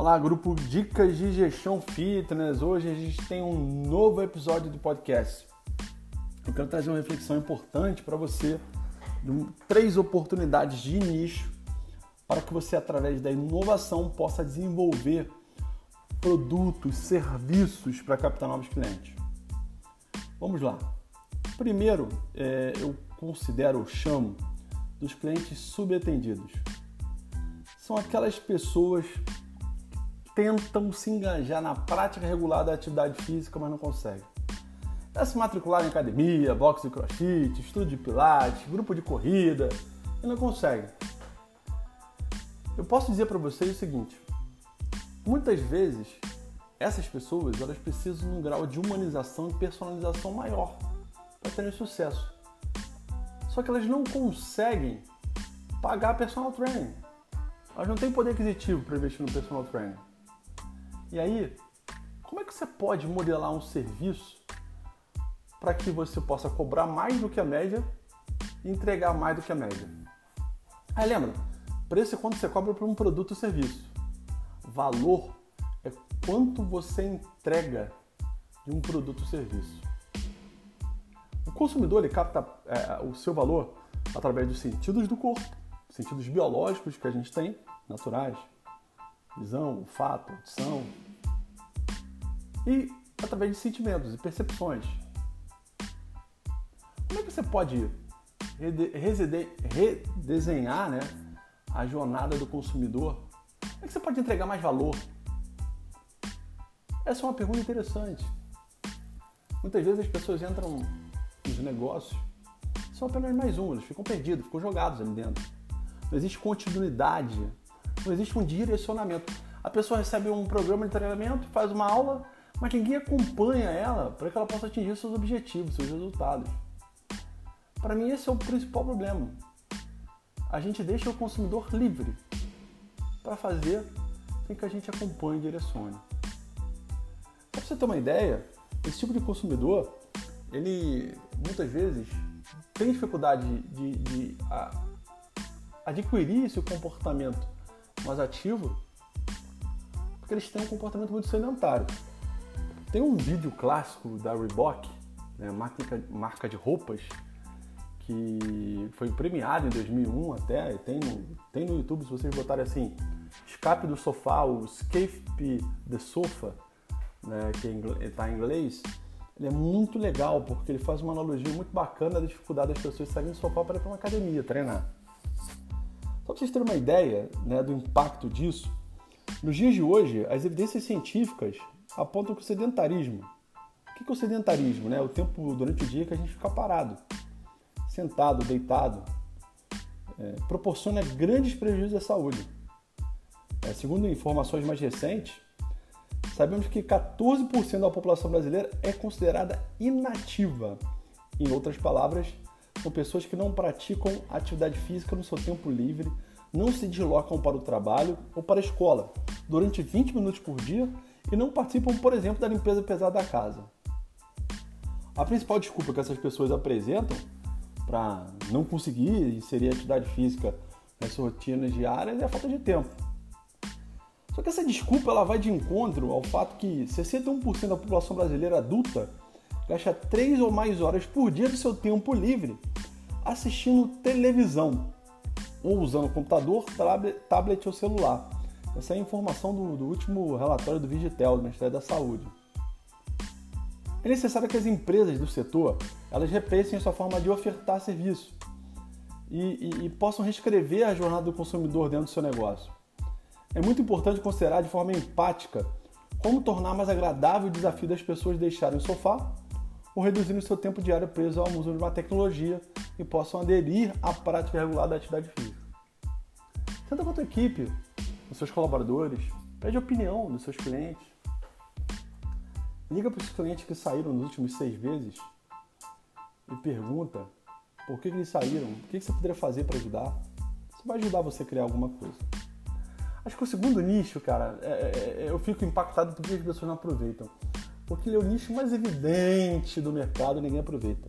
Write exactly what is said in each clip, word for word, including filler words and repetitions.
Olá, grupo Dicas de Gestão Fitness. Hoje a gente tem um novo episódio do podcast. Eu quero trazer uma reflexão importante para você, de três oportunidades de nicho para que você, através da inovação, possa desenvolver produtos, serviços para captar novos clientes. Vamos lá. Primeiro, é, eu considero, eu chamo dos clientes subatendidos. São aquelas pessoas tentam se engajar na prática regular da atividade física, mas não conseguem. É se matricular em academia, boxe e crossfit, estudo de pilates, grupo de corrida, e não conseguem. Eu posso dizer para vocês o seguinte: muitas vezes essas pessoas elas precisam de um grau de humanização e personalização maior para terem sucesso. Só que elas não conseguem pagar personal training. Elas não têm poder aquisitivo para investir no personal training. E aí, como é que você pode modelar um serviço para que você possa cobrar mais do que a média e entregar mais do que a média? Aí lembra, preço é quanto você cobra por um produto ou serviço. Valor é quanto você entrega de um produto ou serviço. O consumidor ele capta é, o seu valor através dos sentidos do corpo, sentidos biológicos que a gente tem, naturais, visão, olfato, audição, e através de sentimentos e percepções. Como é que você pode redesenhar, né, a jornada do consumidor? Como é que você pode entregar mais valor? Essa é uma pergunta interessante. Muitas vezes as pessoas entram nos negócios, são apenas mais um, eles ficam perdidos, ficam jogados ali dentro. Não existe continuidade, não existe um direcionamento. A pessoa recebe um programa de treinamento, faz uma aula, mas ninguém acompanha ela para que ela possa atingir seus objetivos, seus resultados. Para mim, esse é o principal problema. A gente deixa o consumidor livre para fazer sem que a gente acompanhe e direcione. Para você ter uma ideia, esse tipo de consumidor, ele muitas vezes tem dificuldade de, de, de a, adquirir esse comportamento mais ativo porque eles têm um comportamento muito sedentário. Tem um vídeo clássico da Reebok, né, marca, marca de roupas, que foi premiado em dois mil e um até, e tem no, tem no YouTube, se vocês botarem assim, escape do sofá, o escape the sofa, né, que está em inglês, ele é muito legal, porque ele faz uma analogia muito bacana da dificuldade das pessoas saírem do sofá para ir para uma academia, treinar. Só para vocês terem uma ideia, né, do impacto disso, nos dias de hoje, as evidências científicas apontam que o sedentarismo, o que é o sedentarismo? Né? O tempo durante o dia que a gente fica parado, sentado, deitado, é, proporciona grandes prejuízos à saúde. É, segundo informações mais recentes, sabemos que quatorze por cento da população brasileira é considerada inativa. Em outras palavras, são pessoas que não praticam atividade física no seu tempo livre, não se deslocam para o trabalho ou para a escola durante vinte minutos por dia e não participam, por exemplo, da limpeza pesada da casa. A principal desculpa que essas pessoas apresentam para não conseguir inserir atividade física nas suas rotinas diárias é a falta de tempo. Só que essa desculpa ela vai de encontro ao fato que sessenta e um por cento da população brasileira adulta gasta três ou mais horas por dia do seu tempo livre assistindo televisão ou usando computador, tablet ou celular. Essa é a informação do, do último relatório do Vigitel, do Ministério da Saúde. É necessário que as empresas do setor elas repensem a sua forma de ofertar serviço e, e, e possam reescrever a jornada do consumidor dentro do seu negócio. É muito importante considerar de forma empática como tornar mais agradável o desafio das pessoas deixarem o sofá ou reduzirem o seu tempo diário preso ao uso de uma tecnologia e possam aderir à prática regular da atividade física. Senta com a tua equipe, os seus colaboradores, pede opinião dos seus clientes. Liga para os clientes que saíram nos últimos seis meses e pergunta por que, que eles saíram, o que, que você poderia fazer para ajudar. Isso vai ajudar você a criar alguma coisa. Acho que o segundo nicho, cara, é, é, eu fico impactado porque as pessoas não aproveitam. Porque ele é o nicho mais evidente do mercado e ninguém aproveita.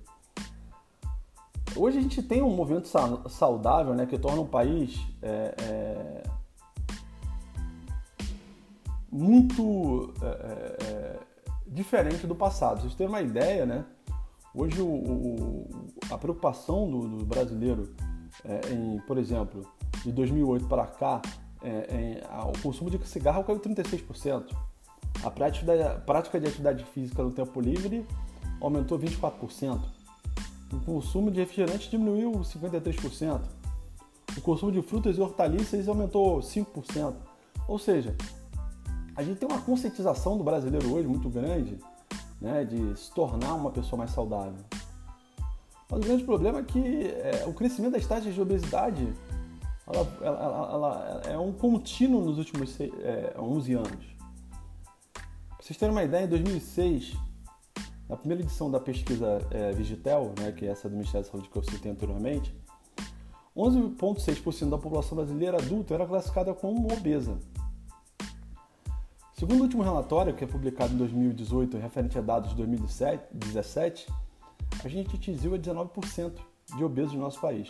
Hoje a gente tem um movimento saudável, né, que torna o país é, é, muito é, é, diferente do passado. Vocês terem uma ideia, né? Hoje o, o, a preocupação do, do brasileiro, é, em, por exemplo, de dois mil e oito para cá, é, em, a, o consumo de cigarro caiu trinta e seis por cento. A prática, a prática de atividade física no tempo livre aumentou vinte e quatro por cento. O consumo de refrigerante diminuiu cinquenta e três por cento. O consumo de frutas e hortaliças aumentou cinco por cento. Ou seja, a gente tem uma conscientização do brasileiro hoje muito grande, né, de se tornar uma pessoa mais saudável. Mas o grande problema é que é, o crescimento das taxas de obesidade ela, ela, ela, ela é um contínuo nos últimos é, onze anos. Para vocês terem uma ideia, em dois mil e seis, na primeira edição da pesquisa é, Vigitel, né, que é essa do Ministério da Saúde que eu citei anteriormente, onze vírgula seis por cento da população brasileira adulta era classificada como obesa. Segundo o último relatório, que é publicado em dois mil e dezoito, referente a dados de dois mil e dezessete, a gente atingiu a dezenove por cento de obesos no nosso país.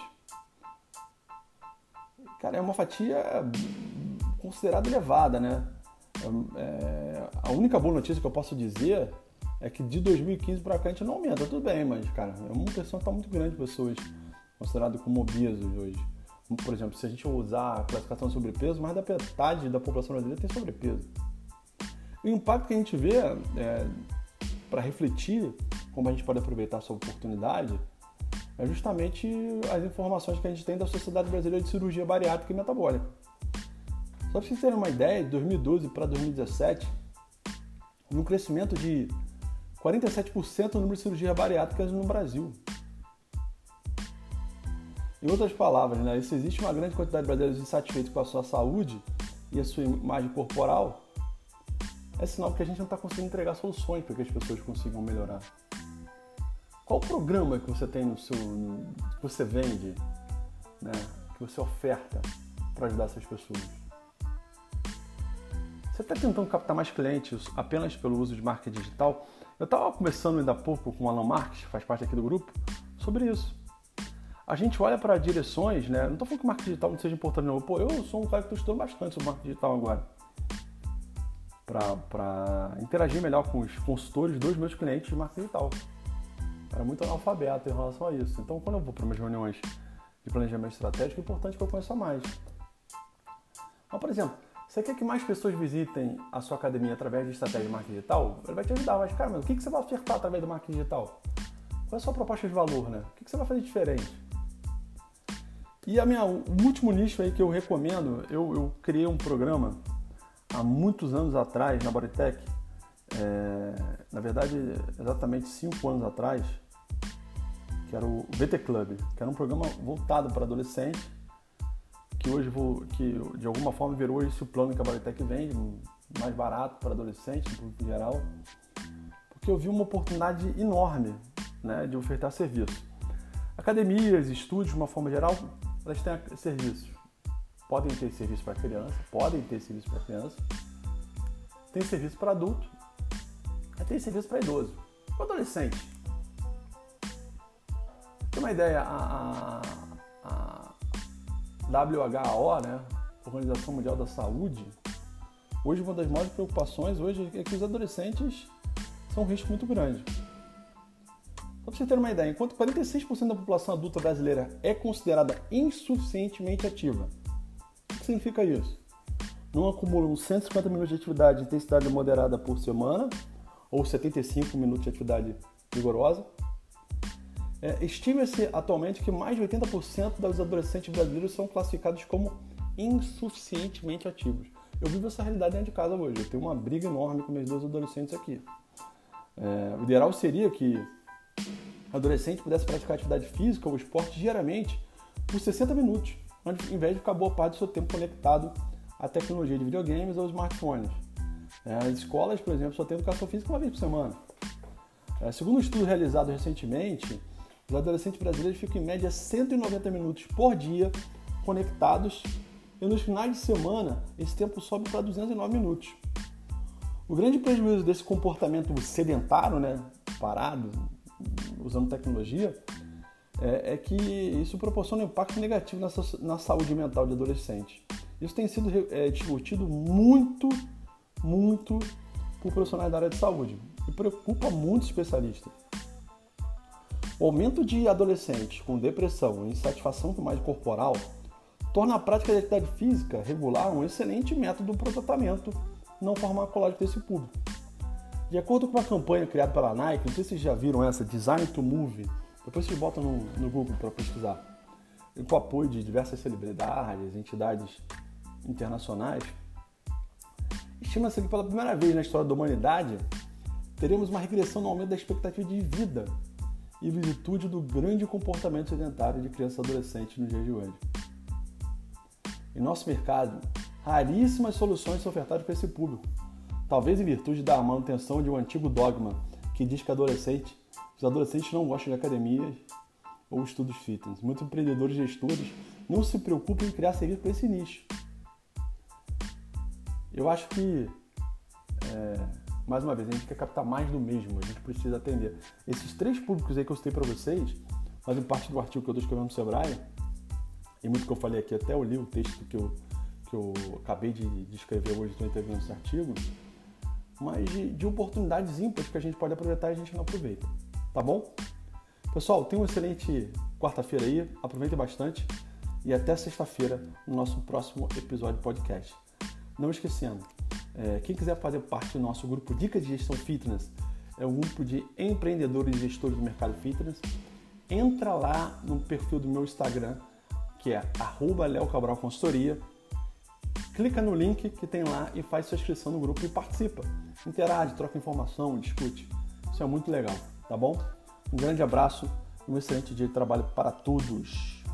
Cara, é uma fatia considerada elevada, né? É, a única boa notícia que eu posso dizer é que de dois mil e quinze para cá a gente não aumenta, tudo bem, mas, cara, é uma percentual muito grande de pessoas consideradas como obesos hoje. Por exemplo, se a gente usar a classificação de sobrepeso, mais da metade da população brasileira tem sobrepeso. O impacto que a gente vê, é, para refletir como a gente pode aproveitar essa oportunidade, é justamente as informações que a gente tem da Sociedade Brasileira de Cirurgia Bariátrica e Metabólica. Só para vocês terem uma ideia, de dois mil e doze para dois mil e dezessete, houve um crescimento de quarenta e sete por cento no número de cirurgias bariátricas no Brasil. Em outras palavras, né, se existe uma grande quantidade de brasileiros insatisfeitos com a sua saúde e a sua imagem corporal, é sinal que a gente não está conseguindo entregar soluções para que as pessoas consigam melhorar. Qual o programa que você tem no seu, no, que você vende, né, que você oferta para ajudar essas pessoas? Você está tentando captar mais clientes apenas pelo uso de marketing digital? Eu estava conversando ainda há pouco com o Alan Marques, que faz parte aqui do grupo, sobre isso. A gente olha para direções, né? Não estou falando que o marketing digital não seja importante, não. Pô, eu sou um cara que estou estudando bastante sobre marketing digital agora, para interagir melhor com os consultores dos meus clientes de marketing digital. Era muito analfabeto em relação a isso. Então, quando eu vou para umas reuniões de planejamento estratégico, é importante que eu conheça mais. Mas, por exemplo, você quer que mais pessoas visitem a sua academia através de estratégia de marketing digital? Ele vai te ajudar, mas, cara, mas o que você vai ofertar através do marketing digital? Qual é a sua proposta de valor, né? O que você vai fazer diferente? E a minha, o último nicho aí que eu recomendo, eu, eu criei um programa há muitos anos atrás na Bodytech, é, na verdade, exatamente cinco anos atrás, que era o V T Club, que era um programa voltado para adolescente, que hoje vou, que de alguma forma virou esse o plano que a Bodytech vende, mais barato para adolescentes, no público geral, porque eu vi uma oportunidade enorme, né, de ofertar serviço. Academias, estúdios, de uma forma geral, elas têm serviços. Podem ter serviço para criança, podem ter serviço para criança, tem serviço para adulto, tem serviço para idoso. Para adolescente. Tem uma ideia, a, a, a W H O, né, Organização Mundial da Saúde, hoje uma das maiores preocupações hoje é que os adolescentes são um risco muito grande. Só para você ter uma ideia, enquanto quarenta e seis por cento da população adulta brasileira é considerada insuficientemente ativa, o que significa isso? Não acumulam cento e cinquenta minutos de atividade de intensidade moderada por semana, ou setenta e cinco minutos de atividade vigorosa. É, estima-se atualmente que mais de oitenta por cento dos adolescentes brasileiros são classificados como insuficientemente ativos. Eu vivo essa realidade dentro de casa hoje. Eu tenho uma briga enorme com meus dois adolescentes aqui. É, o ideal seria que o adolescente pudesse praticar atividade física ou esporte diariamente por sessenta minutos, ao invés de ficar boa parte do seu tempo conectado à tecnologia de videogames ou smartphones. As escolas, por exemplo, só têm educação física uma vez por semana. Segundo um estudo realizado recentemente, os adolescentes brasileiros ficam em média cento e noventa minutos por dia conectados e nos finais de semana esse tempo sobe para duzentos e nove minutos. O grande prejuízo desse comportamento sedentário, né, parado, usando tecnologia, é, é que isso proporciona um impacto negativo na, na saúde mental de adolescentes. Isso tem sido é, discutido muito muito por profissionais da área de saúde e preocupa muitos especialistas. O aumento de adolescentes com depressão e insatisfação com a imagem corporal torna a prática de atividade física regular um excelente método para o tratamento não farmacológico desse público. De acordo com uma campanha criada pela Nike, não sei se vocês já viram essa, Design to Move, depois vocês botam no, no Google para pesquisar, e com o apoio de diversas celebridades, entidades internacionais, estima-se que pela primeira vez na história da humanidade teremos uma regressão no aumento da expectativa de vida e virtude do grande comportamento sedentário de crianças e adolescentes no dia de hoje. Em nosso mercado, raríssimas soluções são ofertadas para esse público, talvez em virtude da manutenção de um antigo dogma que diz que adolescente, os adolescentes não gostam de academias ou estudos fitness. Muitos empreendedores e gestores não se preocupam em criar serviço para esse nicho. Eu acho que, é, mais uma vez, a gente quer captar mais do mesmo, a gente precisa atender. Esses três públicos aí que eu citei para vocês, fazem parte do artigo que eu estou escrevendo no Sebrae, e muito que eu falei aqui, até eu li o texto que eu, que eu acabei de, de escrever hoje, estou entregando esse artigo, mas de, de oportunidades ímpares que a gente pode aproveitar e a gente não aproveita, tá bom? Pessoal, tenha uma excelente quarta-feira aí, aproveitem bastante e até sexta-feira no nosso próximo episódio de podcast. Não esquecendo, é, quem quiser fazer parte do nosso grupo Dicas de Gestão Fitness, é um grupo de empreendedores e gestores do mercado fitness, entra lá no perfil do meu Instagram, que é arroba Léo Cabral Consultoria, clica no link que tem lá e faz sua inscrição no grupo e participa. Interage, troca informação, discute. Isso é muito legal, tá bom? Um grande abraço e um excelente dia de trabalho para todos.